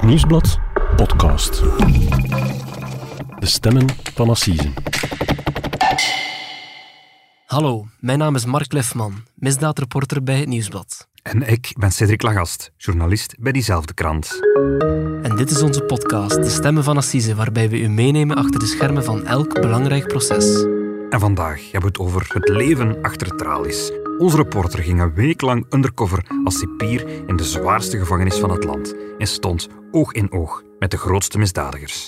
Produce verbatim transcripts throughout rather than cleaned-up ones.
Het Nieuwsblad podcast. De stemmen van Assise. Hallo, mijn naam is Mark Lefman, misdaadreporter bij Het Nieuwsblad. En ik ben Cedric Lagast, journalist bij diezelfde krant. En dit is onze podcast, De Stemmen van Assise, waarbij we u meenemen achter de schermen van elk belangrijk proces. En vandaag hebben we het over het leven achter de tralies. Onze reporter ging een week lang undercover als cipier in de zwaarste gevangenis van het land en stond oog in oog met de grootste misdadigers.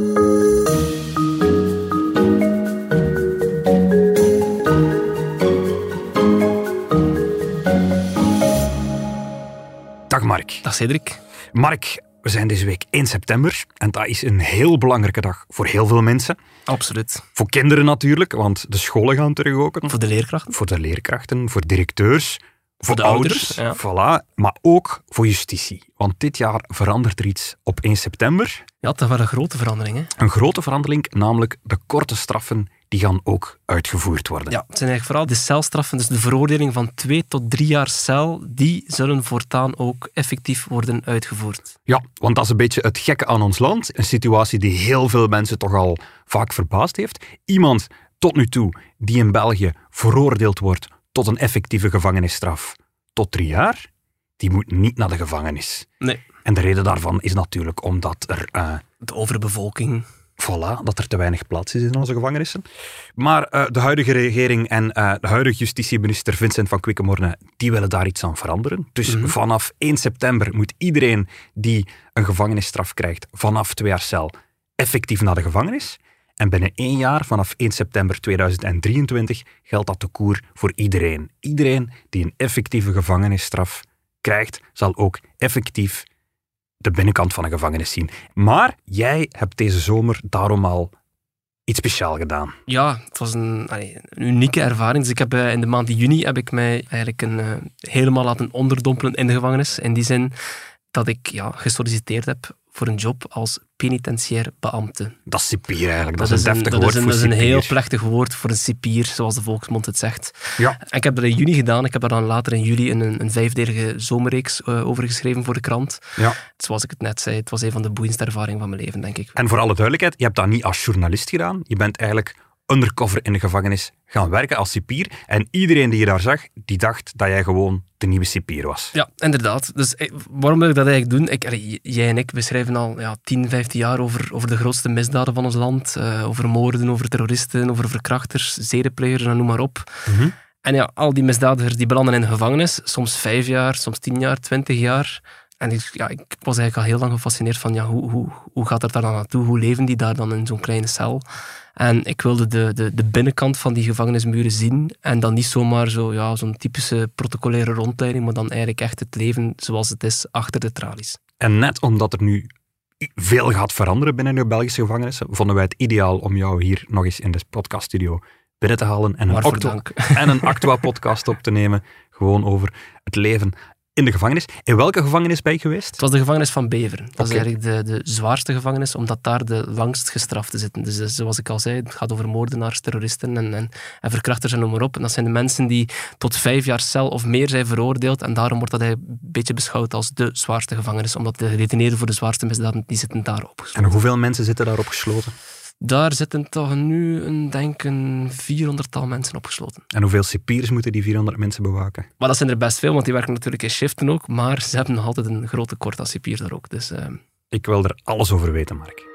Dag Mark. Dag Cedric. Mark, we zijn deze week één september en dat is een heel belangrijke dag voor heel veel mensen. Absoluut. Voor kinderen natuurlijk, want de scholen gaan terug open. Voor de leerkrachten. Voor de leerkrachten, voor directeurs, voor, voor de ouders. ouders ja. Voilà, maar ook voor justitie. Want dit jaar verandert er iets op één september. Ja, dat was een grote verandering. Hè? Een grote verandering, namelijk de korte straffen, die gaan ook uitgevoerd worden. Ja, het zijn eigenlijk vooral de celstraffen, dus de veroordeling van twee tot drie jaar cel, die zullen voortaan ook effectief worden uitgevoerd. Ja, want dat is een beetje het gekke aan ons land. Een situatie die heel veel mensen toch al vaak verbaasd heeft. Iemand tot nu toe die in België veroordeeld wordt tot een effectieve gevangenisstraf tot drie jaar, die moet niet naar de gevangenis. Nee. En de reden daarvan is natuurlijk omdat er... Uh, de overbevolking... Voilà, dat er te weinig plaats is in onze gevangenissen. Maar uh, de huidige regering en uh, de huidige justitieminister Vincent van Quickenborne, die willen daar iets aan veranderen. Dus mm-hmm. vanaf één september moet iedereen die een gevangenisstraf krijgt, vanaf twee jaar cel, effectief naar de gevangenis. En binnen één jaar, vanaf één september tweeduizend drieëntwintig, geldt dat de koer voor iedereen. Iedereen die een effectieve gevangenisstraf krijgt, zal ook effectief de binnenkant van een gevangenis zien. Maar jij hebt deze zomer daarom al iets speciaals gedaan. Ja, het was een, allee, een unieke ervaring. Dus ik heb, uh, in de maand juni heb ik mij eigenlijk een, uh, helemaal laten onderdompelen in de gevangenis. In die zin dat ik ja, gesolliciteerd heb voor een job als penitentiair beambte. Dat is cipier eigenlijk. Dat, dat is een deftig dat woord is een, voor cipier. Dat is een heel plechtig woord voor een cipier, zoals de volksmond het zegt. Ja. En ik heb dat in juni gedaan. Ik heb daar dan later in juli een, een vijfdelige zomerreeks uh, over geschreven voor de krant. Ja. Zoals ik het net zei, het was een van de boeiendste ervaringen van mijn leven, denk ik. En voor alle duidelijkheid, je hebt dat niet als journalist gedaan. Je bent eigenlijk undercover in de gevangenis gaan werken als cipier. En iedereen die je daar zag, die dacht dat jij gewoon de nieuwe cipier was. Ja, inderdaad. Dus eh, waarom wil ik dat eigenlijk doen? Ik, allee, jij en ik, we schrijven al ja, tien, vijftien jaar over, over de grootste misdaden van ons land. Uh, over moorden, over terroristen, over verkrachters, zedenplegers en noem maar op. Mm-hmm. En ja, al die misdadigers die belanden in de gevangenis. Soms vijf jaar, soms tien jaar, twintig jaar. En ik, ja, ik was eigenlijk al heel lang gefascineerd van ja, hoe, hoe, hoe gaat het daar dan naartoe? Hoe leven die daar dan in zo'n kleine cel? En ik wilde de, de, de binnenkant van die gevangenismuren zien. En dan niet zomaar zo, ja, zo'n typische protocolaire rondleiding, maar dan eigenlijk echt het leven zoals het is achter de tralies. En net omdat er nu veel gaat veranderen binnen de Belgische gevangenissen, vonden wij het ideaal om jou hier nog eens in de podcaststudio binnen te halen en een, Octo- en een Actua-podcast op te nemen. Gewoon over het leven in de gevangenis. In welke gevangenis ben je geweest? Het was de gevangenis van Beveren. Dat okay. is eigenlijk de, de zwaarste gevangenis, omdat daar de langst gestraften zitten. Dus, dus zoals ik al zei, het gaat over moordenaars, terroristen en, en, en verkrachters en noem maar op. En dat zijn de mensen die tot vijf jaar cel of meer zijn veroordeeld. En daarom wordt dat eigenlijk een beetje beschouwd als de zwaarste gevangenis, omdat de gedetineerden voor de zwaarste misdaden, die zitten daar opgesloten. En hoeveel mensen zitten daar opgesloten? Daar zitten toch nu, een, denk een vierhonderdtal mensen opgesloten. En hoeveel cipiers moeten die vierhonderd mensen bewaken? Maar dat zijn er best veel, want die werken natuurlijk in shiften ook. Maar ze hebben nog altijd een grote tekort aan cipiers daar ook. Dus, uh... Ik wil er alles over weten, Mark.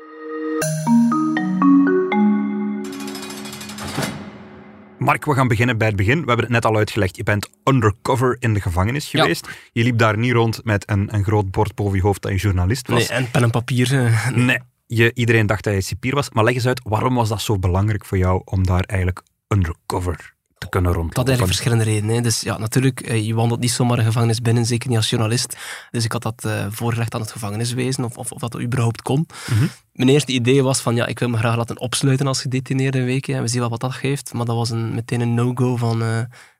Mark, we gaan beginnen bij het begin. We hebben het net al uitgelegd. Je bent undercover in de gevangenis geweest. Ja. Je liep daar niet rond met een, een groot bord boven je hoofd dat je journalist was. Nee, en pen en papier. Uh, nee. nee. Je, iedereen dacht dat je cipier was. Maar leg eens uit, waarom was dat zo belangrijk voor jou om daar eigenlijk undercover te kunnen rondlopen? Dat had eigenlijk verschillende redenen. Hè. Dus ja, natuurlijk, je wandelt niet zomaar een gevangenis binnen, zeker niet als journalist. Dus ik had dat uh, voorgelegd aan het gevangeniswezen, of, of, of dat überhaupt kon. Mm-hmm. Mijn eerste idee was van, ja, ik wil me graag laten opsluiten als gedetineerde een week. Hè. We zien wel wat dat geeft. Maar dat was een, meteen een no-go van... Uh,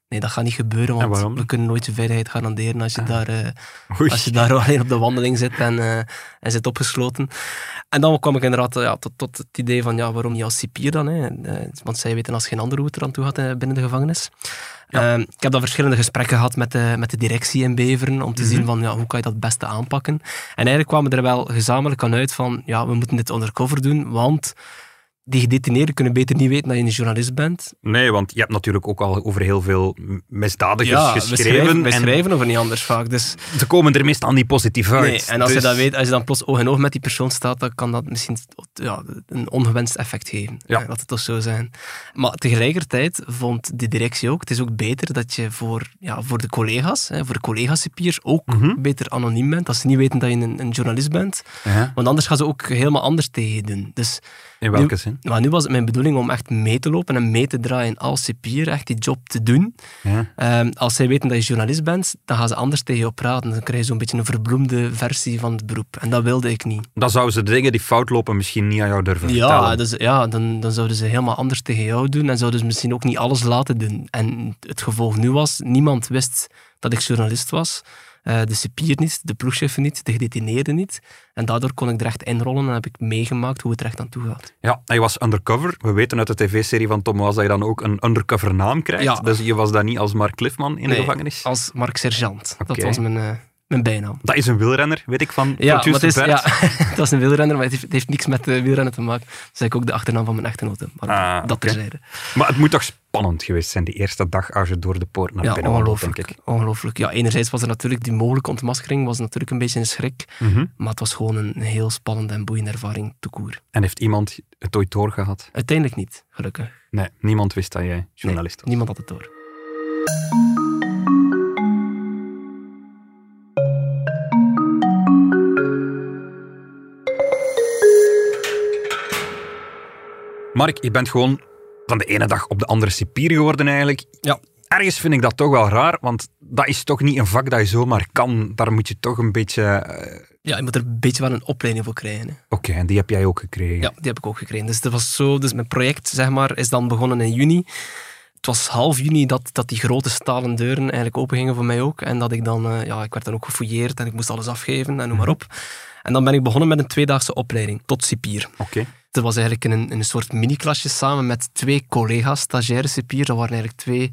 Nee, dat gaat niet gebeuren, want we kunnen nooit je veiligheid garanderen als je, ah. daar, uh, als je daar alleen op de wandeling zit en, uh, en zit opgesloten. En dan kwam ik inderdaad ja, tot, tot het idee van, ja, waarom niet als cipier dan? Hè? Uh, want zij weten als geen ander hoe het er aan toe gaat uh, binnen de gevangenis. Ja. Uh, ik heb dan verschillende gesprekken gehad met de, met de directie in Beveren, om te mm-hmm. zien van, ja, hoe kan je dat het beste aanpakken. En eigenlijk kwamen we er wel gezamenlijk aan uit van, ja, we moeten dit undercover doen, want die gedetineerden kunnen beter niet weten dat je een journalist bent. Nee, want je hebt natuurlijk ook al over heel veel misdadigers ja, geschreven. We schrijven, we schrijven over niet anders vaak. Dus ze komen er meestal niet positief uit. Nee, en als, dus... je dat weet, als je dan plots oog in oog met die persoon staat, dan kan dat misschien ja, een ongewenst effect geven. Ja. Laat het toch zo zijn. Maar tegelijkertijd vond de directie ook, het is ook beter dat je voor, ja, voor de collega's, hè, voor de collega-cipiers, ook mm-hmm. beter anoniem bent. Dat ze niet weten dat je een, een journalist bent. Ja. Want anders gaan ze ook helemaal anders tegen je doen. Dus in welke nu, zin? Maar nu was het mijn bedoeling om echt mee te lopen en mee te draaien als cipier, echt die job te doen. Ja. Um, als zij weten dat je journalist bent, dan gaan ze anders tegen je praten. Dan krijg je zo'n beetje een verbloemde versie van het beroep. En dat wilde ik niet. Dan zouden ze de dingen die fout lopen misschien niet aan jou durven ja, vertellen. Dus, ja, dan, dan zouden ze helemaal anders tegen jou doen en zouden ze misschien ook niet alles laten doen. En het gevolg nu was, niemand wist dat ik journalist was. Uh, de cipier niet, de ploegchef niet, de gedetineerde niet. En daardoor kon ik er echt inrollen en heb ik meegemaakt hoe het er echt aan toe gaat. Ja, hij was undercover. We weten uit de tv-serie van Thomas dat je dan ook een undercover naam krijgt. Ja. Dus je was daar niet als Mark Cliffman in nee, de gevangenis? als Mark Sergeant. Okay. Dat was mijn... Uh, Mijn bijnaam. Dat is een wielrenner, weet ik van ja, producer is, Bert. Ja, dat is een wielrenner, maar het heeft, het heeft niks met uh, wielrennen te maken. Dat is eigenlijk ook de achternaam van mijn echtgenote. Maar ah, dat okay. terzijde. Maar het moet toch spannend geweest zijn, die eerste dag als je door de poort naar ja, binnen wandelt, denk ik. Ongelooflijk. Ja, enerzijds was er natuurlijk die mogelijke ontmaskering, was natuurlijk een beetje een schrik. Mm-hmm. Maar het was gewoon een heel spannende en boeiende ervaring toekoer. En heeft iemand het ooit doorgehad? Uiteindelijk niet, gelukkig. Nee, niemand wist dat jij journalist nee, was? niemand had het door. Mark, je bent gewoon van de ene dag op de andere cipier geworden eigenlijk. Ja. Ergens vind ik dat toch wel raar, want dat is toch niet een vak dat je zomaar kan. Daar moet je toch een beetje... Uh... Ja, je moet er een beetje wel een opleiding voor krijgen. Oké, okay, en die heb jij ook gekregen? Ja, die heb ik ook gekregen. Dus dat was zo, dus mijn project zeg maar, is dan begonnen in juni. Het was half juni dat, dat die grote stalen deuren eigenlijk opengingen voor mij ook. En dat ik dan, uh, ja, ik werd dan ook gefouilleerd en ik moest alles afgeven en noem maar op. En dan ben ik begonnen met een tweedaagse opleiding tot cipier. Oké. Okay. Dat was eigenlijk in een, in een soort mini-klasje samen met twee collega's, stagiaire cipier. Dat waren eigenlijk twee...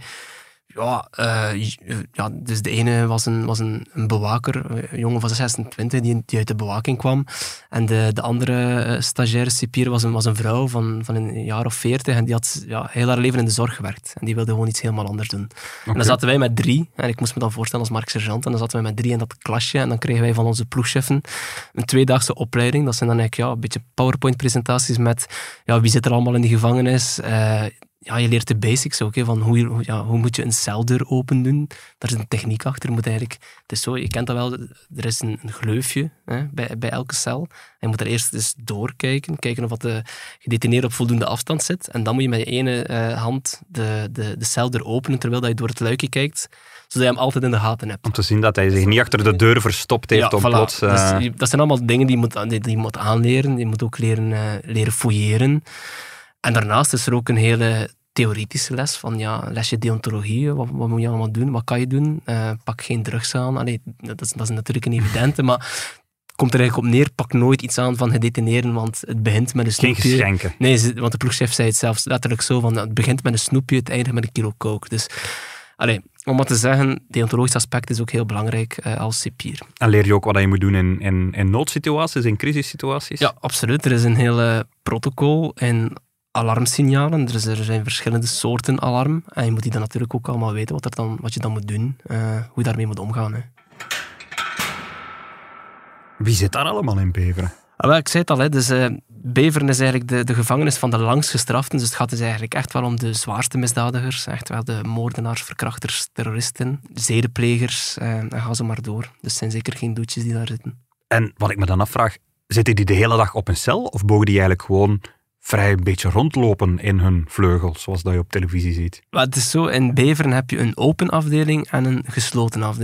Ja, uh, ja, dus de ene was een, was een, een bewaker, een jongen van zesentwintig, die, die uit de bewaking kwam. En de, de andere uh, stagiaire cipier was een, was een vrouw van, van een jaar of veertig en die had ja, heel haar leven in de zorg gewerkt. En die wilde gewoon iets helemaal anders doen. Okay. En dan zaten wij met drie, en ik moest me dan voorstellen als Mark Sergeant, en dan zaten wij met drie in dat klasje en dan kregen wij van onze ploegcheffen een tweedaagse opleiding. Dat zijn dan eigenlijk ja, een beetje PowerPoint-presentaties met ja, wie zit er allemaal in die gevangenis. Uh, Ja, je leert de basics ook, hè, van hoe, ja, hoe moet je een celdeur open doen. Daar is een techniek achter. Moet eigenlijk, het is zo, je kent dat wel, er is een, een gleufje hè, bij, bij elke cel. Je moet er eerst eens doorkijken, kijken of de gedetineerde op voldoende afstand zit. En dan moet je met je ene uh, hand de, de, de celdeur openen, terwijl dat je door het luikje kijkt, zodat je hem altijd in de gaten hebt. Om te zien dat hij zich niet achter de deur verstopt heeft. Ja, om voilà. plots, uh... dus, dat zijn allemaal dingen die je moet, die, die je moet aanleren. Je moet ook leren, uh, leren fouilleren. En daarnaast is er ook een hele theoretische les van ja, lesje deontologie, wat, wat moet je allemaal doen, wat kan je doen, uh, pak geen drugs aan. Allee, dat, is, dat is natuurlijk een evidente, maar het komt er eigenlijk op neer, pak nooit iets aan van gedetineerden, want het begint met een snoepje. Geen geschenken. Nee, want de ploegchef zei het zelfs letterlijk zo, van het begint met een snoepje, het eindigt met een kilo coke. Dus allee, om wat te zeggen, deontologisch aspect is ook heel belangrijk uh, als cipier. En leer je ook wat je moet doen in, in, in noodsituaties, in crisissituaties? Ja, absoluut. Er is een hele protocol en alarmsignalen. Er zijn verschillende soorten alarm. En je moet die dan natuurlijk ook allemaal weten wat, er dan, wat je dan moet doen. Uh, hoe je daarmee moet omgaan. Hè. Wie zit daar allemaal in Beveren? Ah, wel, ik zei het al, hè, dus, uh, Beveren is eigenlijk de, de gevangenis van de langst gestraften. Dus het gaat dus eigenlijk echt wel om de zwaarste misdadigers. Echt wel de moordenaars, verkrachters, terroristen, zedenplegers. Uh, en ga zo maar door. Dus het zijn zeker geen doetjes die daar zitten. En wat ik me dan afvraag, zitten die de hele dag op een cel? Of mogen die eigenlijk gewoon vrij een beetje rondlopen in hun vleugel, zoals dat je op televisie ziet? Maar het is zo, in Beveren heb je een open afdeling en een gesloten afdeling.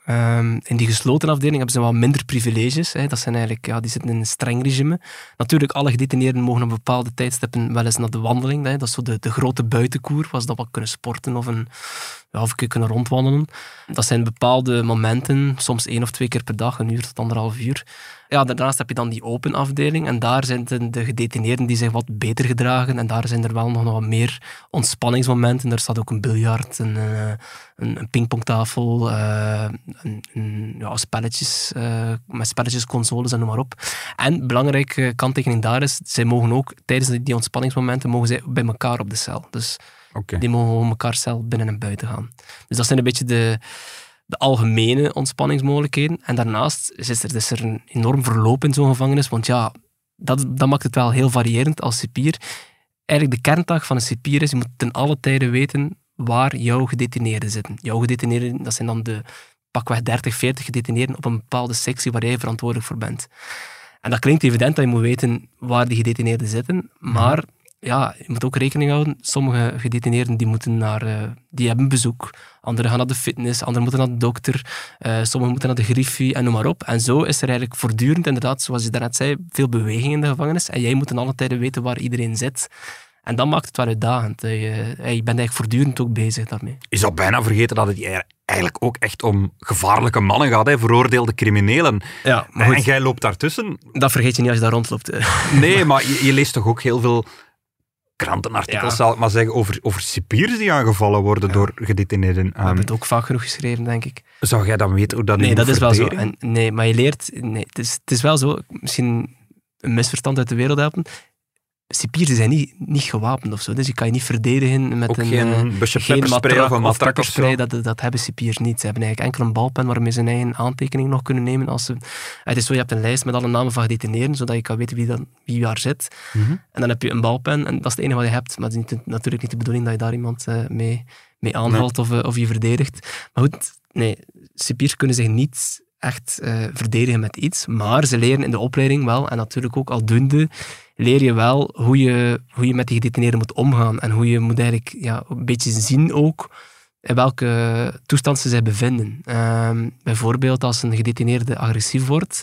Um, in die gesloten afdeling hebben ze wat minder privileges. Hè. Dat zijn eigenlijk, ja, die zitten in een streng regime. Natuurlijk, alle gedetineerden mogen op bepaalde tijdstippen wel eens naar de wandeling. Hè. Dat is zo de, de grote buitenkoer, waar ze dat wat kunnen sporten of een, ja, of een keer kunnen rondwandelen. Dat zijn bepaalde momenten, soms één of twee keer per dag, een uur tot anderhalf uur. Ja, daarnaast heb je dan die open afdeling en daar zijn de, de gedetineerden die zich wat beter gedragen en daar zijn er wel nog wat meer ontspanningsmomenten. Er staat ook een biljart, een, een, een pingpongtafel, uh, een, een, ja, spelletjes, uh, met spelletjes, consoles en noem maar op. En belangrijke kanttekening daar is, zij mogen ook tijdens die ontspanningsmomenten mogen zij bij elkaar op de cel. Dus okay. Die mogen op elkaar cel binnen en buiten gaan. Dus dat zijn een beetje de... de algemene ontspanningsmogelijkheden. En daarnaast is er, is er een enorm verloop in zo'n gevangenis, want ja, dat, dat maakt het wel heel variërend als cipier. Eigenlijk de kerntaak van een cipier is, je moet ten alle tijden weten waar jouw gedetineerden zitten. Jouw gedetineerden, dat zijn dan de pakweg dertig, veertig gedetineerden op een bepaalde sectie waar jij verantwoordelijk voor bent. En dat klinkt evident dat je moet weten waar die gedetineerden zitten, maar ja, je moet ook rekening houden. Sommige gedetineerden die moeten naar, uh, die hebben bezoek. Anderen gaan naar de fitness, anderen moeten naar de dokter. Uh, sommigen moeten naar de griffie en noem maar op. En zo is er eigenlijk voortdurend, inderdaad, zoals je daarnet zei, veel beweging in de gevangenis. En jij moet ten alle tijden weten waar iedereen zit. En dat maakt het wel uitdagend. Je, je bent eigenlijk voortdurend ook bezig daarmee. Je zou bijna vergeten dat het eigenlijk ook echt om gevaarlijke mannen gaat, hè, veroordeelde criminelen. Ja, maar en jij loopt daartussen. Dat vergeet je niet als je daar rondloopt. Nee, maar je, je leest toch ook heel veel krantenartikels, ja. zal ik maar zeggen, over, over cipiers die aangevallen worden ja. door gedetineerden. We um, hebben het ook vaak genoeg geschreven, denk ik. Zou jij dan weten hoe dat nee, nu dat is wel zo. En, nee, maar je leert... Nee, het, is, het is wel zo, misschien een misverstand uit de wereld helpen. Cipiers zijn niet, niet gewapend of zo, dus je kan je niet verdedigen met ook een... geen busje pepperspray of een matrak of zo? Dat, dat hebben cipiers niet. Ze hebben eigenlijk enkel een balpen waarmee ze hun eigen aantekening nog kunnen nemen. Als ze, het is zo, je hebt een lijst met alle namen van gedetineerden, zodat je kan weten wie, dan, wie daar zit. Mm-hmm. En dan heb je een balpen en dat is het enige wat je hebt. Maar het is niet, natuurlijk niet de bedoeling dat je daar iemand uh, mee, mee aanvalt nee. of, uh, of je verdedigt. Maar goed, nee, cipiers kunnen zich niet echt uh, verdedigen met iets, maar ze leren in de opleiding wel, en natuurlijk ook aldoende, leer je wel hoe je, hoe je met die gedetineerden moet omgaan en hoe je moet eigenlijk ja, een beetje zien ook in welke toestand ze zich bevinden. Um, bijvoorbeeld als een gedetineerde agressief wordt,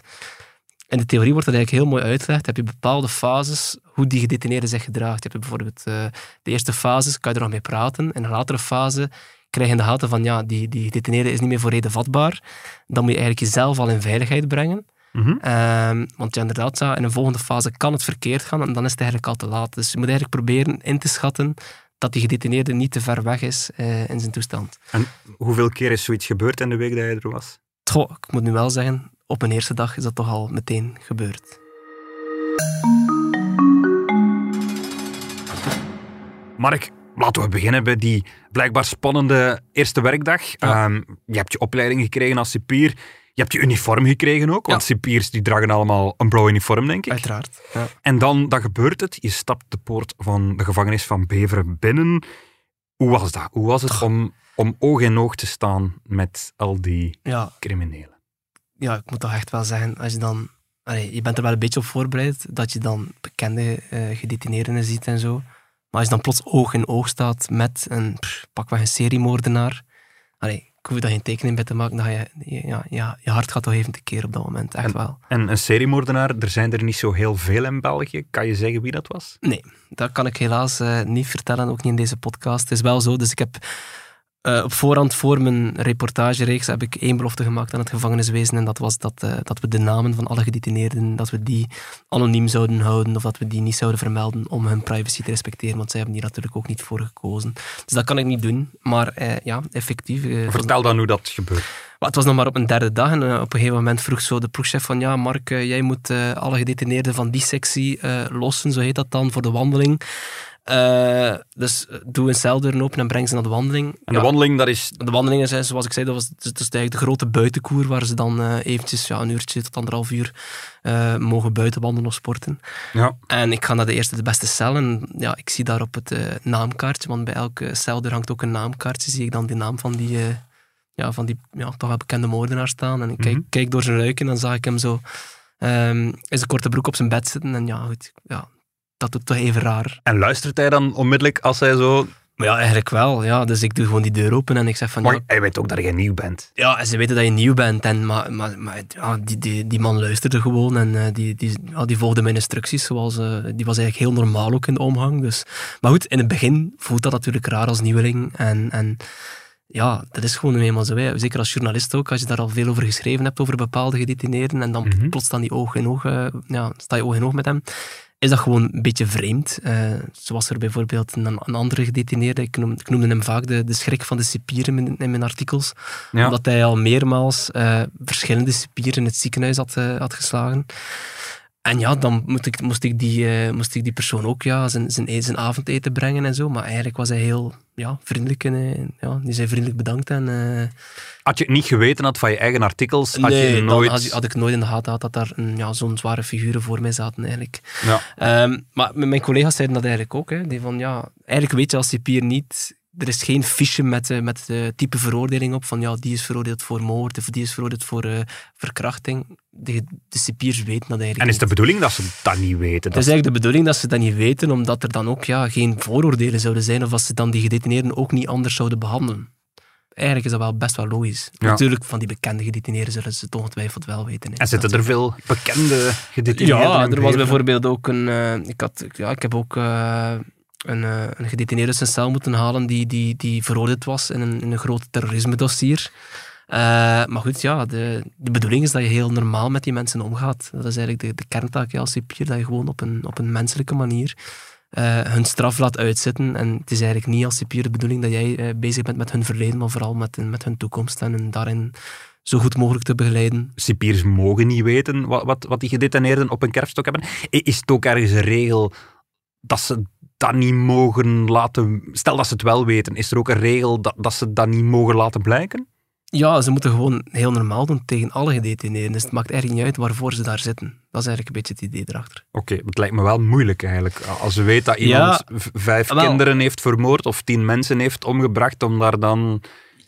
in de theorie wordt dat eigenlijk heel mooi uitgelegd, heb je bepaalde fases hoe die gedetineerde zich gedraagt. Je hebt bijvoorbeeld uh, de eerste fases, kan je er nog mee praten, in een latere fase krijg je in de gaten van ja, die, die gedetineerde is niet meer voor reden vatbaar. Dan moet je eigenlijk jezelf al in veiligheid brengen. Mm-hmm. Um, want ja, inderdaad, in een volgende fase kan het verkeerd gaan en dan is het eigenlijk al te laat. Dus je moet eigenlijk proberen in te schatten dat die gedetineerde niet te ver weg is uh, in zijn toestand. En hoeveel keer is zoiets gebeurd in de week dat je er was? Goh, ik moet nu wel zeggen, op mijn eerste dag is dat toch al meteen gebeurd. Mark, laten we beginnen bij die blijkbaar spannende eerste werkdag. Ja. Um, je hebt je opleiding gekregen als cipier. Je hebt je uniform gekregen ook, want ja. cipiers die dragen allemaal een blauw uniform, denk ik. Uiteraard. Ja. En dan, dan gebeurt het. Je stapt de poort van de gevangenis van Beveren binnen. Hoe was dat? Hoe was het om, om oog in oog te staan met al die ja. criminelen? Ja, ik moet toch echt wel zeggen, als je dan... Allee, je bent er wel een beetje op voorbereid, dat je dan bekende uh, gedetineerden ziet en zo. Maar als je dan plots oog in oog staat met een, pff, pakweg een seriemoordenaar... Allee, ik hoef je daar geen tekening bij te maken, dat je, ja, ja, je hart gaat toch even tekeer op dat moment, echt en, wel. En een seriemoordenaar, er zijn er niet zo heel veel in België. Kan je zeggen wie dat was? Nee, dat kan ik helaas uh, niet vertellen, ook niet in deze podcast. Het is wel zo, dus ik heb uh, op voorhand voor mijn reportagereeks heb ik één belofte gemaakt aan het gevangeniswezen en dat was dat, uh, dat we de namen van alle gedetineerden, dat we die anoniem zouden houden of dat we die niet zouden vermelden om hun privacy te respecteren, want zij hebben hier natuurlijk ook niet voor gekozen. Dus dat kan ik niet doen, maar uh, ja, effectief. Uh, Vertel dan hoe dat gebeurt. Maar het was nog maar op een derde dag en uh, op een gegeven moment vroeg zo de ploegchef van ja, Mark, uh, jij moet uh, alle gedetineerden van die sectie uh, lossen, zo heet dat dan, voor de wandeling. Uh, dus doe een celdeur open en breng ze naar de wandeling. En de ja, wandeling, dat is... De wandelingen zijn, zoals ik zei, dat was dat is eigenlijk de grote buitenkoer waar ze dan uh, eventjes ja, een uurtje tot anderhalf uur uh, mogen buiten wandelen of sporten. Ja. En ik ga naar de eerste, de beste cel en ja, ik zie daar op het uh, naamkaartje, want bij elke celdeur hangt ook een naamkaartje, zie ik dan de naam van die, uh, ja, van die ja, toch wel bekende moordenaar staan. En ik kijk, mm-hmm. kijk door zijn luiken en dan zag ik hem zo um, in zijn korte broek op zijn bed zitten en ja, goed, ja, dat doet toch even raar. En luistert hij dan onmiddellijk als hij zo Maar ja, eigenlijk wel. Ja. Dus ik doe gewoon die deur open en ik zeg van... Maar ja, hij weet ook dat je nieuw bent. Ja, en ze weten dat je nieuw bent. En, maar maar, maar ja, die, die, die man luisterde gewoon en uh, die, die, ja, die volgde mijn instructies. Zoals, uh, die was eigenlijk heel normaal ook in de omgang. Dus. Maar goed, in het begin voelt dat natuurlijk raar als nieuweling. En, en ja, dat is gewoon eenmaal zo. Hè. Zeker als journalist ook, als je daar al veel over geschreven hebt, over bepaalde gedetineerden. En dan mm-hmm. plots staan die oog in oog, uh, ja, sta je oog in oog met hem. Is dat gewoon een beetje vreemd. Uh, zoals er bijvoorbeeld een, een andere gedetineerde, ik, noem, ik noemde hem vaak de, de schrik van de cipier in mijn, in mijn artikels, ja. Omdat hij al meermaals uh, verschillende cipieren in het ziekenhuis had, uh, had geslagen. En ja, dan moest ik, moest ik, die, uh, moest ik die persoon ook ja, zijn, zijn, zijn avondeten brengen en zo. Maar eigenlijk was hij heel ja, vriendelijk. En, uh, ja, die zei vriendelijk bedankt. En, uh, had je het niet geweten had van je eigen artikels? Had nee, je nooit... dan had, had ik nooit in de gaten gehad dat daar een, ja, zo'n zware figuren voor mij zaten eigenlijk. Ja. Um, maar mijn collega's zeiden dat eigenlijk ook. Hè. Die van, ja, eigenlijk weet je als cipier niet... Er is geen fiche met, uh, met uh, type veroordeling op, van ja, die is veroordeeld voor moord of die is veroordeeld voor uh, verkrachting. De, de cipiers weten dat eigenlijk En is niet. de bedoeling dat ze dat niet weten? Het is eigenlijk de bedoeling dat ze dat niet weten, omdat er dan ook ja, geen vooroordelen zouden zijn of dat ze dan die gedetineerden ook niet anders zouden behandelen. Eigenlijk is dat wel best wel logisch. Ja. Natuurlijk, van die bekende gedetineerden zullen ze het ongetwijfeld wel weten. Hè. En zitten er veel bekende gedetineerden? Ja, er was bijvoorbeeld ook een... Uh, ik, had, ja, ik heb ook... Uh, Een, uh, een gedetineerde uit zijn cel moeten halen die, die, die veroordeeld was in een, in een groot terrorisme-dossier. Uh, maar goed, ja, de, de bedoeling is dat je heel normaal met die mensen omgaat. Dat is eigenlijk de, de kerntaak ja, als cipier, dat je gewoon op een, op een menselijke manier uh, hun straf laat uitzitten. En het is eigenlijk niet als cipier de bedoeling dat jij uh, bezig bent met hun verleden, maar vooral met, met hun toekomst en hun daarin zo goed mogelijk te begeleiden. Cipiers mogen niet weten wat, wat, wat die gedetineerden op een kerfstok hebben. Is het ook ergens een regel dat ze dat niet mogen laten... Stel dat ze het wel weten, is er ook een regel dat, dat ze dat niet mogen laten blijken? Ja, ze moeten gewoon heel normaal doen tegen alle gedetineerden. Dus het maakt eigenlijk niet uit waarvoor ze daar zitten. Dat is eigenlijk een beetje het idee erachter. Oké, okay, het lijkt me wel moeilijk eigenlijk. Als je weet dat iemand ja, v- vijf wel, kinderen heeft vermoord of tien mensen heeft omgebracht, om daar dan...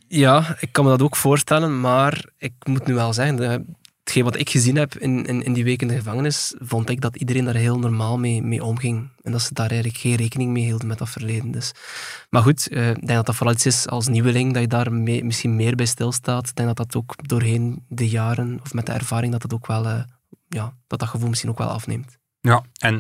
Ja, ik kan me dat ook voorstellen, maar ik moet nu wel zeggen... De, Hetgeen wat ik gezien heb in, in, in die week in de gevangenis, vond ik dat iedereen daar heel normaal mee, mee omging. En dat ze daar eigenlijk geen rekening mee hielden met dat verleden. Dus. Maar goed, uh, ik denk dat dat vooral iets is als nieuweling, dat je daar mee, misschien meer bij stilstaat. Ik denk dat dat ook doorheen de jaren, of met de ervaring, dat dat ook wel, uh, ja, dat dat gevoel misschien ook wel afneemt. Ja, en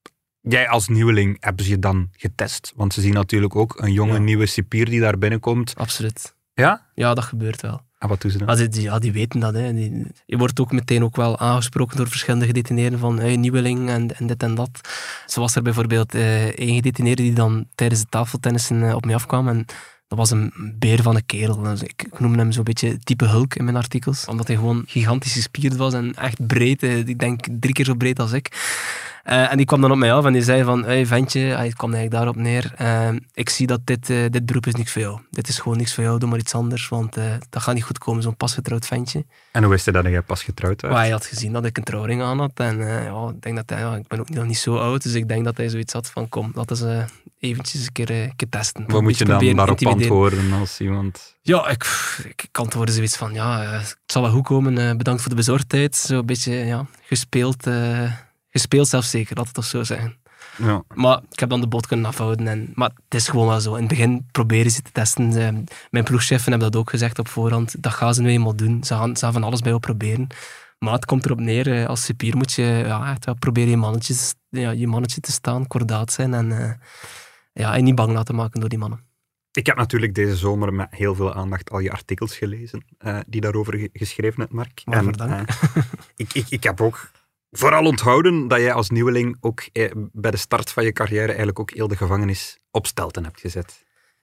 jij als nieuweling hebben ze je dan getest? Want ze zien natuurlijk ook een jonge, ja. nieuwe cipier die daar binnenkomt. Absoluut. Ja? Ja, dat gebeurt wel. En wat doen ze dan? Maar die, ja, die weten dat. Hè. Die, je wordt ook meteen ook wel aangesproken door verschillende gedetineerden van hey, nieuweling en, en dit en dat. Zo was er bijvoorbeeld uh, één gedetineerde die dan tijdens het tafeltennissen uh, op mij afkwam en dat was een beer van een kerel. Dus ik, ik noemde hem zo'n beetje type Hulk in mijn artikels, omdat hij gewoon gigantisch gespierd was en echt breed. Uh, ik denk drie keer zo breed als ik. Uh, en die kwam dan op mij af en die zei van, hey ventje, hij kwam eigenlijk daarop neer, uh, ik zie dat dit, uh, dit beroep is niks voor jou. Dit is gewoon niks voor jou, doe maar iets anders, want uh, dat gaat niet goed komen, zo'n pasgetrouwd ventje. En hoe wist hij dat jij pasgetrouwd was? Maar hij had gezien dat ik een trouwring aan had en uh, ja, ik denk dat hij, ja, ik ben ook nog niet zo oud, dus ik denk dat hij zoiets had van, kom, laten we uh, eventjes een keer, uh, een keer testen. Wat moet je dan daarop antwoorden als iemand... Ja, ik, ik, ik antwoordde zoiets van, ja, uh, het zal wel goed komen, uh, bedankt voor de bezorgdheid, zo'n beetje, ja, gespeeld... Uh, Gespeeld zelfzeker, laat het toch zo zeggen. Ja. Maar ik heb dan de boot kunnen afhouden. En, maar het is gewoon wel zo. In het begin proberen ze te testen. Ze, mijn ploegcheffen hebben dat ook gezegd op voorhand. Dat gaan ze nu eenmaal doen. Ze gaan, ze gaan van alles bij jou proberen. Maar het komt erop neer. Als cipier moet je ja, echt wel proberen je mannetje, ja, je mannetje te staan, kordaat zijn. En, uh, ja, en niet bang laten maken door die mannen. Ik heb natuurlijk deze zomer met heel veel aandacht al je artikels gelezen. Uh, die daarover ge- geschreven hebt, Mark. Waarvoor dank. Uh, ik, ik, ik heb ook... Vooral onthouden dat jij als nieuweling ook eh, bij de start van je carrière eigenlijk ook heel de gevangenis op stelten hebt gezet.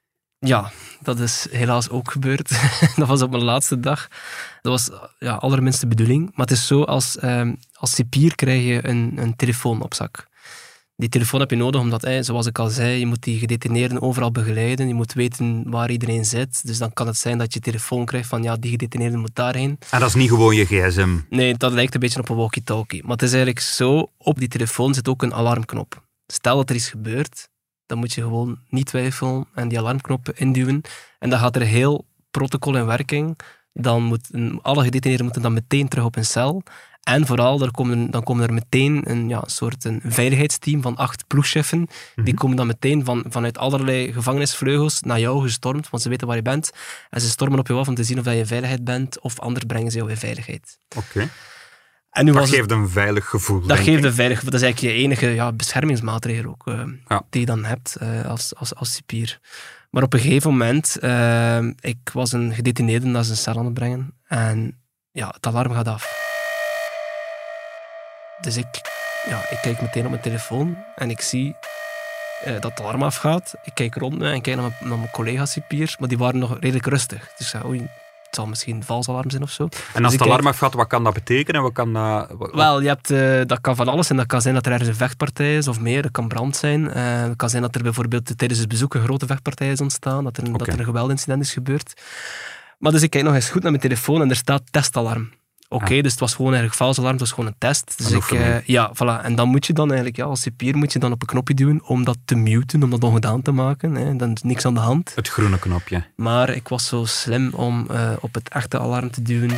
Ja, dat is helaas ook gebeurd. Dat was op mijn laatste dag. Dat was ja, allerminste bedoeling. Maar het is zo, als, eh, als cipier krijg je een, een telefoon op zak. Die telefoon heb je nodig omdat, eh, zoals ik al zei, je moet die gedetineerden overal begeleiden. Je moet weten waar iedereen zit. Dus dan kan het zijn dat je telefoon krijgt van, ja, die gedetineerde moet daarheen. En dat is niet gewoon je gsm? Nee, dat lijkt een beetje op een walkie-talkie. Maar het is eigenlijk zo, op die telefoon zit ook een alarmknop. Stel dat er iets gebeurt, dan moet je gewoon niet twijfelen en die alarmknop induwen. En dan gaat er heel protocol in werking. Dan moeten alle gedetineerden moeten dan meteen terug op hun cel. En vooral, daar komen, dan komen er meteen een ja, soort een veiligheidsteam van acht ploegcheffen. Mm-hmm. Die komen dan meteen van, vanuit allerlei gevangenisvleugels naar jou gestormd, want ze weten waar je bent. En ze stormen op jou af om te zien of je in veiligheid bent, of anders brengen ze jou in veiligheid. Oké. Okay. En nu dat was geeft het, een veilig gevoel. Dat geeft een veilig gevoel. Dat is eigenlijk je enige ja, beschermingsmaatregel ook, uh, ja. die je dan hebt uh, als, als, als cipier. Maar op een gegeven moment, uh, ik was een gedetineerde naar zijn cel aan het brengen. En ja, het alarm gaat af. Dus ik, ja, ik kijk meteen op mijn telefoon en ik zie uh, dat het alarm afgaat. Ik kijk rond me en kijk naar mijn, naar mijn collega-cipiers, maar die waren nog redelijk rustig. Dus ik zei, oei, het zal misschien een vals alarm zijn of zo. En als dus het alarm afgaat, wat kan dat betekenen? Wat kan dat, wat, Wel, je hebt, uh, dat kan van alles zijn. Dat kan zijn dat er ergens een vechtpartij is of meer. Dat kan brand zijn. Uh, het kan zijn dat er bijvoorbeeld tijdens het bezoek een grote vechtpartij is ontstaan. Dat er een, okay. dat er een geweldincident is gebeurd. Maar dus ik kijk nog eens goed naar mijn telefoon en er staat testalarm. Oké, okay, ja. Dus het was gewoon eigenlijk vals alarm, het was gewoon een test. Dus ik, uh, ja, voilà. En dan moet je dan eigenlijk, ja, als cipier moet je dan op een knopje duwen om dat te muten, om dat ongedaan te maken. Hè. Dan is niks aan de hand. Het groene knopje. Maar ik was zo slim om uh, op het echte alarm te duwen.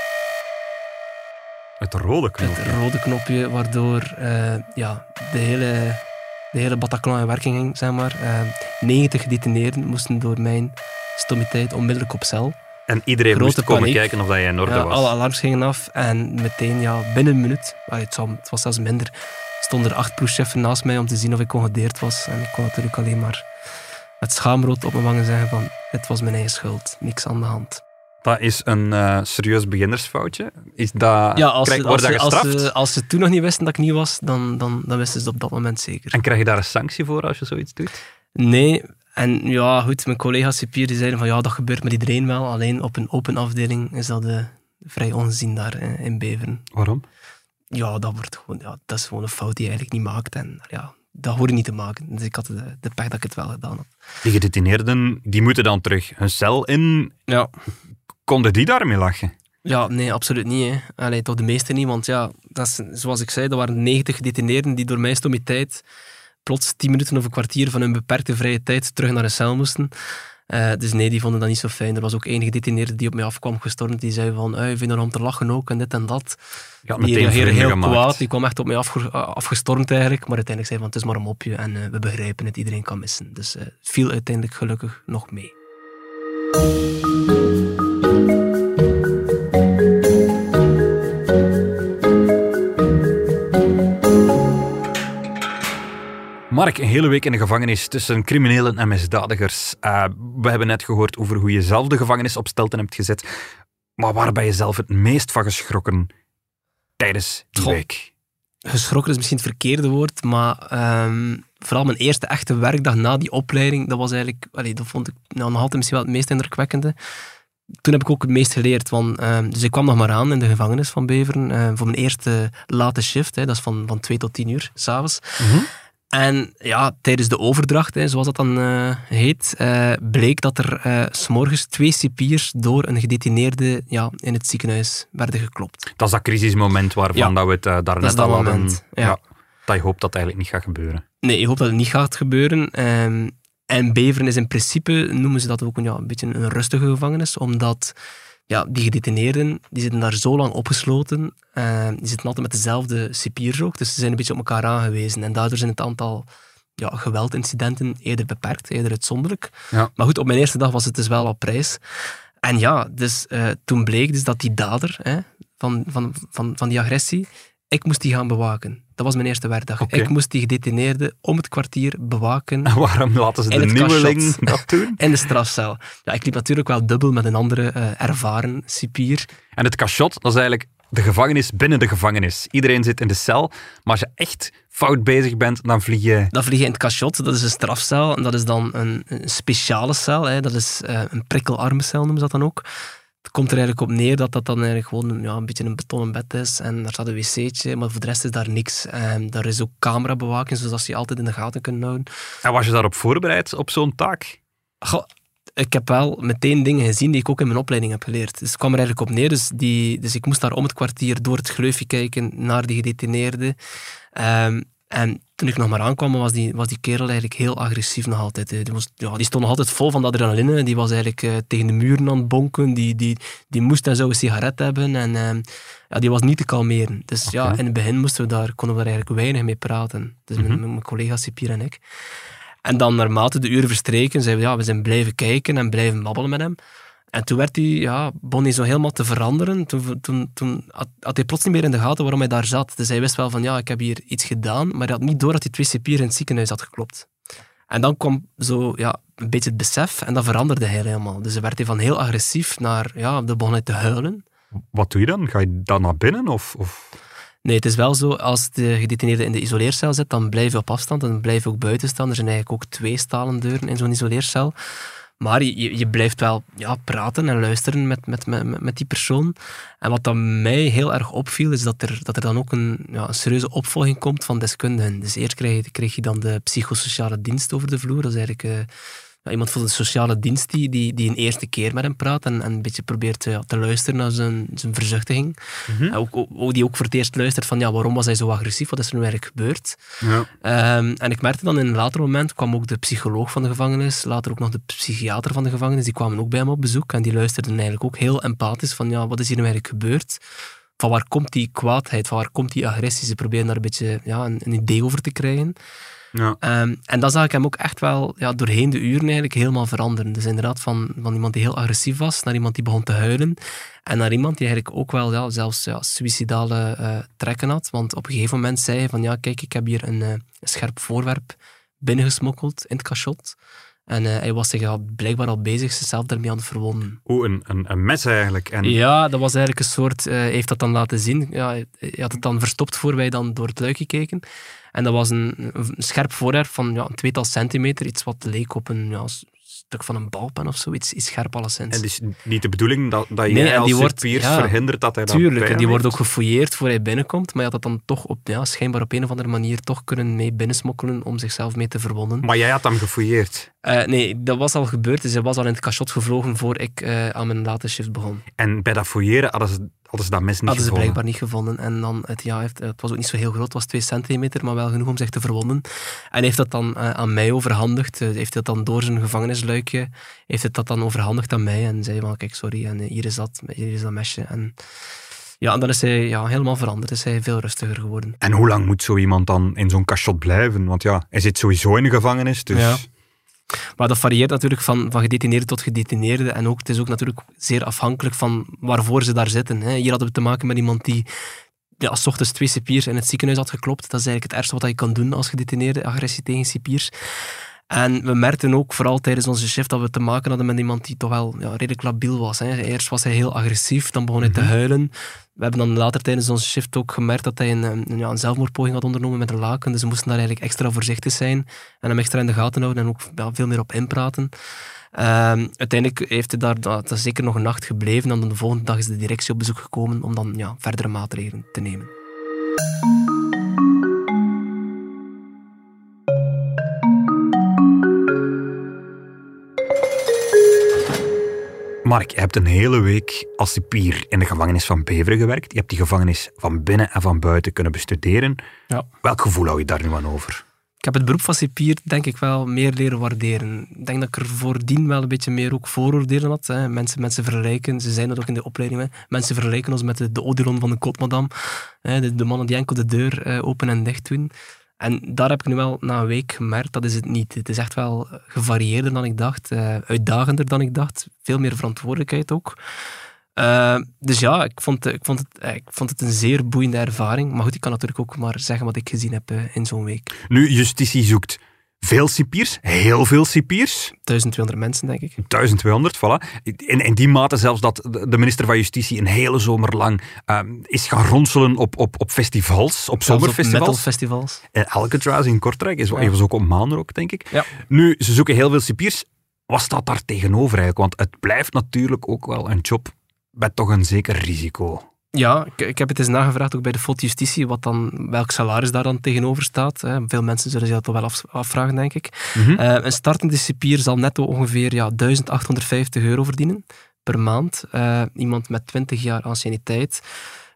Het rode knopje? Het rode knopje, waardoor uh, ja, de hele, de hele Bataclan in werking ging, zeg maar. Uh, negentig gedetineerden moesten door mijn stomiteit onmiddellijk op cel. En iedereen Grote moest komen paniek. kijken of dat jij in orde ja, was. Alle alarms gingen af en meteen, ja, binnen een minuut, het, zou, het was zelfs minder, stonden er acht ploegcheffen naast mij om te zien of ik congedeerd was. En ik kon natuurlijk alleen maar met schaamrood op mijn wangen zeggen van, het was mijn eigen schuld, niks aan de hand. Dat is een uh, serieus beginnersfoutje. Is dat, ja, als, krijg, ze, als, dat als, gestraft? ze, als ze toen nog niet wisten dat ik niet was, dan, dan, dan wisten ze het op dat moment zeker. En krijg je daar een sanctie voor als je zoiets doet? Nee. En ja, goed, mijn collega's cipier die zeiden van ja, dat gebeurt met iedereen wel. Alleen op een open afdeling is dat uh, vrij ongezien daar uh, in Beveren. Waarom? Ja, dat, wordt gewoon, ja, dat is gewoon een fout die je eigenlijk niet maakt. En ja, dat hoor je niet te maken. Dus ik had de, de pech dat ik het wel gedaan had. Die gedetineerden, die moeten dan terug hun cel in. Ja. Konden die daarmee lachen? Ja, nee, absoluut niet. Hè. Allee, toch de meeste niet, want ja, dat is, zoals ik zei, dat waren negentig gedetineerden die door mijn stomiteit plots tien minuten of een kwartier van hun beperkte vrije tijd terug naar een cel moesten. Uh, dus nee, die vonden dat niet zo fijn. Er was ook één gedetineerde die op mij afkwam gestormd. Die zei van, hey, ik vind er om te lachen ook en dit en dat. Ja, die reageerde heel gemaakt. kwaad. Die kwam echt op mij afge- afgestormd eigenlijk. Maar uiteindelijk zei van, het is maar een mopje en uh, we begrijpen het. Iedereen kan missen. Dus het uh, viel uiteindelijk gelukkig nog mee. Mark, een hele week in de gevangenis tussen criminelen en misdadigers. Uh, we hebben net gehoord over hoe je zelf de gevangenis op stelten hebt gezet. Maar waar ben je zelf het meest van geschrokken tijdens die Goh, week? Geschrokken is misschien het verkeerde woord, maar um, vooral mijn eerste echte werkdag na die opleiding, dat was eigenlijk, allee, dat vond ik nou, nog altijd misschien wel het meest indrukwekkende. Toen heb ik ook het meest geleerd. Want, uh, dus ik kwam nog maar aan in de gevangenis van Beveren uh, voor mijn eerste late shift. Hè, dat is van, van twee tot tien uur s'avonds. Mm-hmm. En ja, tijdens de overdracht, hè, zoals dat dan uh, heet, uh, bleek dat er uh, 's morgens twee cipiers door een gedetineerde ja, in het ziekenhuis werden geklopt. Dat is dat crisismoment waarvan ja. dat we het uh, daarnet al hadden. Moment, ja. Ja, dat je hoopt dat het eigenlijk niet gaat gebeuren. Nee, je hoopt dat het niet gaat gebeuren. Um, en Beveren is in principe, noemen ze dat ook ja, een beetje een rustige gevangenis, omdat ja, die gedetineerden die zitten daar zo lang opgesloten. Uh, die zitten altijd met dezelfde cipiers ook, dus ze zijn een beetje op elkaar aangewezen. En daardoor zijn het aantal ja, geweldincidenten eerder beperkt, eerder uitzonderlijk. Ja. Maar goed, op mijn eerste dag was het dus wel op prijs. En ja, dus uh, toen bleek dus dat die dader hè, van, van, van, van die agressie, ik moest die gaan bewaken. Dat was mijn eerste werkdag. Okay. Ik moest die gedetineerde om het kwartier bewaken. En waarom laten ze de nieuweling dat doen? In de strafcel. Ja, ik liep natuurlijk wel dubbel met een andere uh, ervaren cipier. En het cachot, dat is eigenlijk de gevangenis binnen de gevangenis. Iedereen zit in de cel, maar als je echt fout bezig bent, dan vlieg je... Dan vlieg je in het cachot, dat is een strafcel. En dat is dan een, een speciale cel. Hè. Dat is uh, een prikkelarme cel, noemen ze dat dan ook. Het komt er eigenlijk op neer dat dat dan eigenlijk gewoon ja, een beetje een betonnen bed is. En daar staat een wc'tje, maar voor de rest is daar niks. En daar is ook camerabewaking, zodat ze je altijd in de gaten kunnen houden. En was je daarop voorbereid, op zo'n taak? Goh, ik heb wel meteen dingen gezien die ik ook in mijn opleiding heb geleerd. Dus het kwam er eigenlijk op neer. Dus, die, dus ik moest daar om het kwartier door het gleufje kijken naar die gedetineerde. Um, En toen ik nog maar aankwam, was die, was die kerel eigenlijk heel agressief nog altijd. Die, was, ja, die stond nog altijd vol van de adrenaline. Die was eigenlijk uh, tegen de muren aan het bonken. Die, die, die moest en zou een sigaret hebben. En uh, ja, die was niet te kalmeren. Dus okay. ja, in het begin moesten we daar, konden we daar eigenlijk weinig mee praten. Dus mm-hmm. mijn, mijn collega Cipier en ik. En dan naarmate de uren verstreken, zeiden we, ja, we zijn blijven kijken en blijven babbelen met hem. En toen werd hij, ja, begon hij zo helemaal te veranderen. Toen, toen, toen had, had hij plots niet meer in de gaten waarom hij daar zat. Dus hij wist wel van, ja, ik heb hier iets gedaan, maar hij had niet door dat hij twee cipieren in het ziekenhuis had geklopt. En dan kwam zo, ja, een beetje het besef en dat veranderde hij helemaal. Dus hij werd hij van heel agressief naar, ja, dan begon hij te huilen. Wat doe je dan? Ga je dan naar binnen? Of, of? Nee, het is wel zo, als de gedetineerde in de isoleercel zit, dan blijf je op afstand en dan blijf je ook buiten staan. Er zijn eigenlijk ook twee stalen deuren in zo'n isoleercel. Maar je, je blijft wel ja, praten en luisteren met, met, met, met die persoon. En wat dan mij heel erg opviel, is dat er, dat er dan ook een, ja, een serieuze opvolging komt van deskundigen. Dus eerst krijg je, krijg je dan de psychosociale dienst over de vloer. Dat is eigenlijk uh, ja, iemand van de sociale dienst die, die, die een eerste keer met hem praat en, en een beetje probeert uh, te luisteren naar zijn, zijn verzuchtiging. Mm-hmm. Ook, ook, die ook voor het eerst luistert van ja, waarom was hij zo agressief? Wat is er nu eigenlijk gebeurd? Ja. Um, en ik merkte dan in een later moment, kwam ook de psycholoog van de gevangenis, later ook nog de psychiater van de gevangenis, die kwamen ook bij hem op bezoek en die luisterden eigenlijk ook heel empathisch van ja, wat is hier nu eigenlijk gebeurd? Van waar komt die kwaadheid? Van waar komt die agressie? Ze proberen daar een beetje ja, een, een idee over te krijgen. Ja. Um, en dat zag ik hem ook echt wel ja, doorheen de uren eigenlijk helemaal veranderen. Dus inderdaad van, van iemand die heel agressief was, naar iemand die begon te huilen. En naar iemand die eigenlijk ook wel ja, zelfs ja, suïcidale uh, trekken had. Want op een gegeven moment zei hij van ja, kijk, ik heb hier een, uh, een scherp voorwerp binnengesmokkeld in het cachot. En uh, hij was zich al, blijkbaar al bezig zichzelf daarmee aan het verwonden. Oeh, een, een, een mes eigenlijk. En... Ja, dat was eigenlijk een soort... Uh, hij heeft dat dan laten zien. Ja, hij had het dan verstopt voor wij dan door het luikje keken. En dat was een, een scherp voorwerp van ja, een tweetal centimeter. Iets wat leek op een ja, stuk van een balpen of zo. Iets, iets scherp alleszins. En het is niet de bedoeling dat, dat je nee, als cipiers ja, verhindert dat hij dat tuurlijk, en die wordt ook gefouilleerd voor hij binnenkomt. Maar je had dat dan toch op, ja, schijnbaar op een of andere manier toch kunnen mee binnensmokkelen om zichzelf mee te verwonden. Maar jij had hem gefouilleerd? Uh, nee, dat was al gebeurd. Dus hij was al in het cachot gevlogen voor ik uh, aan mijn late shift begon. En bij dat fouilleren hadden ze, hadden ze dat mes niet hadden gevonden? Hadden ze blijkbaar niet gevonden. En dan, het, ja, het, het was ook niet zo heel groot. Het was twee centimeter, maar wel genoeg om zich te verwonden. En heeft dat dan uh, aan mij overhandigd. Uh, heeft dat dan door zijn gevangenisluikje, heeft het dat dan overhandigd aan mij. En zei van, kijk, sorry, en uh, hier is dat, hier is dat mesje. En ja, en dan is hij ja, helemaal veranderd. Is hij veel rustiger geworden. En hoe lang moet zo iemand dan in zo'n cachot blijven? Want ja, hij zit sowieso in de gevangenis, dus... Ja. Maar dat varieert natuurlijk van, van gedetineerde tot gedetineerde. En ook, het is ook natuurlijk zeer afhankelijk van waarvoor ze daar zitten. Hè. Hier hadden we te maken met iemand die ja, 's ochtends twee cipiers in het ziekenhuis had geklopt. Dat is eigenlijk het ergste wat je kan doen als gedetineerde, agressie tegen cipiers. En we merkten ook, vooral tijdens onze shift, dat we te maken hadden met iemand die toch wel ja, redelijk labiel was. Hè. Eerst was hij heel agressief, dan begon hij te huilen. We hebben dan later tijdens onze shift ook gemerkt dat hij een, een, ja, een zelfmoordpoging had ondernomen met een laken. Dus we moesten daar eigenlijk extra voorzichtig zijn en hem extra in de gaten houden en ook ja, veel meer op inpraten. Uh, uiteindelijk heeft hij daar dat is zeker nog een nacht gebleven en dan de volgende dag is de directie op bezoek gekomen om dan ja, verdere maatregelen te nemen. Mark, je hebt een hele week als cipier in de gevangenis van Beveren gewerkt. Je hebt die gevangenis van binnen en van buiten kunnen bestuderen. Ja. Welk gevoel hou je daar nu aan over? Ik heb het beroep van cipier denk ik wel meer leren waarderen. Ik denk dat ik er voordien wel een beetje meer ook vooroordelen had. Hè. Mensen, mensen vergelijken, ze zijn dat ook in de opleiding, hè. Mensen vergelijken ons met de, de Odilon van de kotmadam. Hè. De, de mannen die enkel de deur uh, open en dicht doen. En daar heb ik nu wel na een week gemerkt, dat is het niet. Het is echt wel gevarieerder dan ik dacht, uh, uitdagender dan ik dacht. Veel meer verantwoordelijkheid ook. Uh, dus ja, ik vond, ik, vond het, ik vond het een zeer boeiende ervaring. Maar goed, ik kan natuurlijk ook maar zeggen wat ik gezien heb uh, in zo'n week. Nu, justitie zoekt veel cipiers, heel veel cipiers. duizend tweehonderd mensen, denk ik. duizend tweehonderd, voilà. In, in die mate zelfs dat de minister van Justitie een hele zomer lang uh, is gaan ronselen op, op, op festivals, op zomerfestivals. Op metalfestivals. En Alcatraz in Kortrijk, is, ja. was ook op Maanrock, denk ik. Ja. Nu, ze zoeken heel veel cipiers. Wat staat daar tegenover eigenlijk? Want het blijft natuurlijk ook wel een job met toch een zeker risico. Ja, ik, ik heb het eens nagevraagd ook bij de F O D Justitie, wat dan, welk salaris daar dan tegenover staat. Hè. Veel mensen zullen zich dat toch wel af, afvragen, denk ik. Mm-hmm. Uh, een startende cipier zal netto ongeveer ja, duizend achthonderdvijftig euro verdienen per maand. Uh, iemand met twintig jaar anciëniteit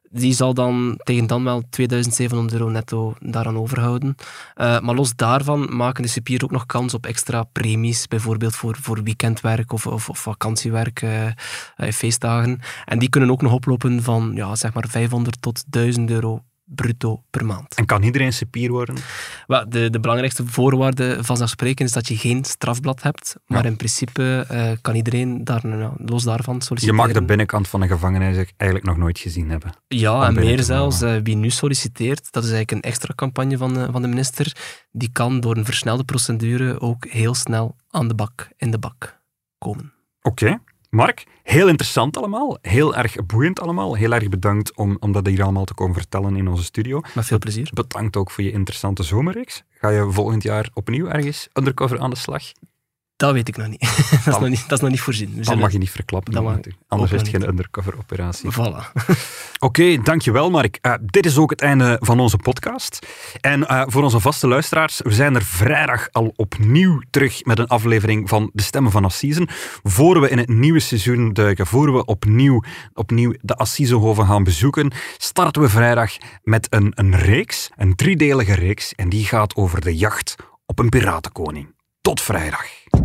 Die zal dan tegen dan wel tweeduizend zevenhonderd euro netto daaraan overhouden. Uh, maar los daarvan maken de cipier ook nog kans op extra premies, bijvoorbeeld voor, voor weekendwerk of, of, of vakantiewerk, uh, uh, feestdagen. En die kunnen ook nog oplopen van ja, zeg maar vijfhonderd tot duizend euro bruto per maand. En kan iedereen cipier worden? Well, de, de belangrijkste voorwaarde vanzelfsprekend is dat je geen strafblad hebt, maar ja. in principe uh, kan iedereen daar, nou, los daarvan solliciteren. Je mag de binnenkant van een gevangenis eigenlijk nog nooit gezien hebben. Ja, en meer zelfs. Uh, wie nu solliciteert, dat is eigenlijk een extra campagne van de, van de minister, die kan door een versnelde procedure ook heel snel aan de bak, in de bak komen. Oké. Okay. Mark, heel interessant allemaal, heel erg boeiend allemaal. Heel erg bedankt om, om dat hier allemaal te komen vertellen in onze studio. Met veel plezier. Bedankt ook voor je interessante zomerreeks. Ga je volgend jaar opnieuw ergens undercover aan de slag? Dat weet ik nog niet. dat, dan, is nog niet dat is nog niet voorzien. We dat zullen... mag je niet verklappen. Dan mag... Anders is het geen undercover-operatie. Voilà. Oké, okay, dankjewel Mark. Uh, dit is ook het einde van onze podcast. En uh, voor onze vaste luisteraars, we zijn er vrijdag al opnieuw terug met een aflevering van De Stemmen van Assisen. Voor we in het nieuwe seizoen duiken, voor we opnieuw, opnieuw de Assisehoven gaan bezoeken, starten we vrijdag met een, een reeks, een driedelige reeks. En die gaat over de jacht op een piratenkoning. Tot vrijdag.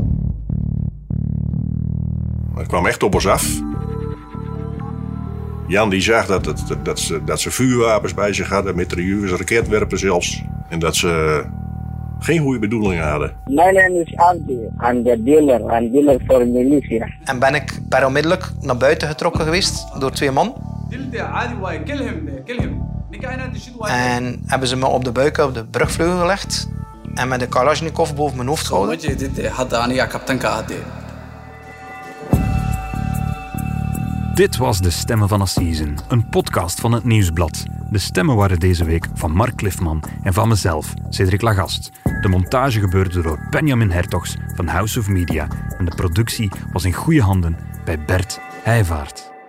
Het kwam echt op ons af. Jan die zag dat, het, dat, ze, dat ze vuurwapens bij zich hadden, mitrailleurs, raketwerpers zelfs. En dat ze geen goede bedoelingen hadden. Mijn naam is Andy, I'm the dealer, I'm dealer voor militia. En ben ik per onmiddellijk naar buiten getrokken geweest door twee man. En hebben ze me op de buik op de brugvleugel gelegd en met de Kalashnikov boven mijn hoofd gehouden. Dit was De Stemmen van Assisen, een podcast van het Nieuwsblad. De stemmen waren deze week van Mark Cliffman en van mezelf, Cedric Lagast. De montage gebeurde door Benjamin Hertogs van House of Media en de productie was in goede handen bij Bert Heijvaart.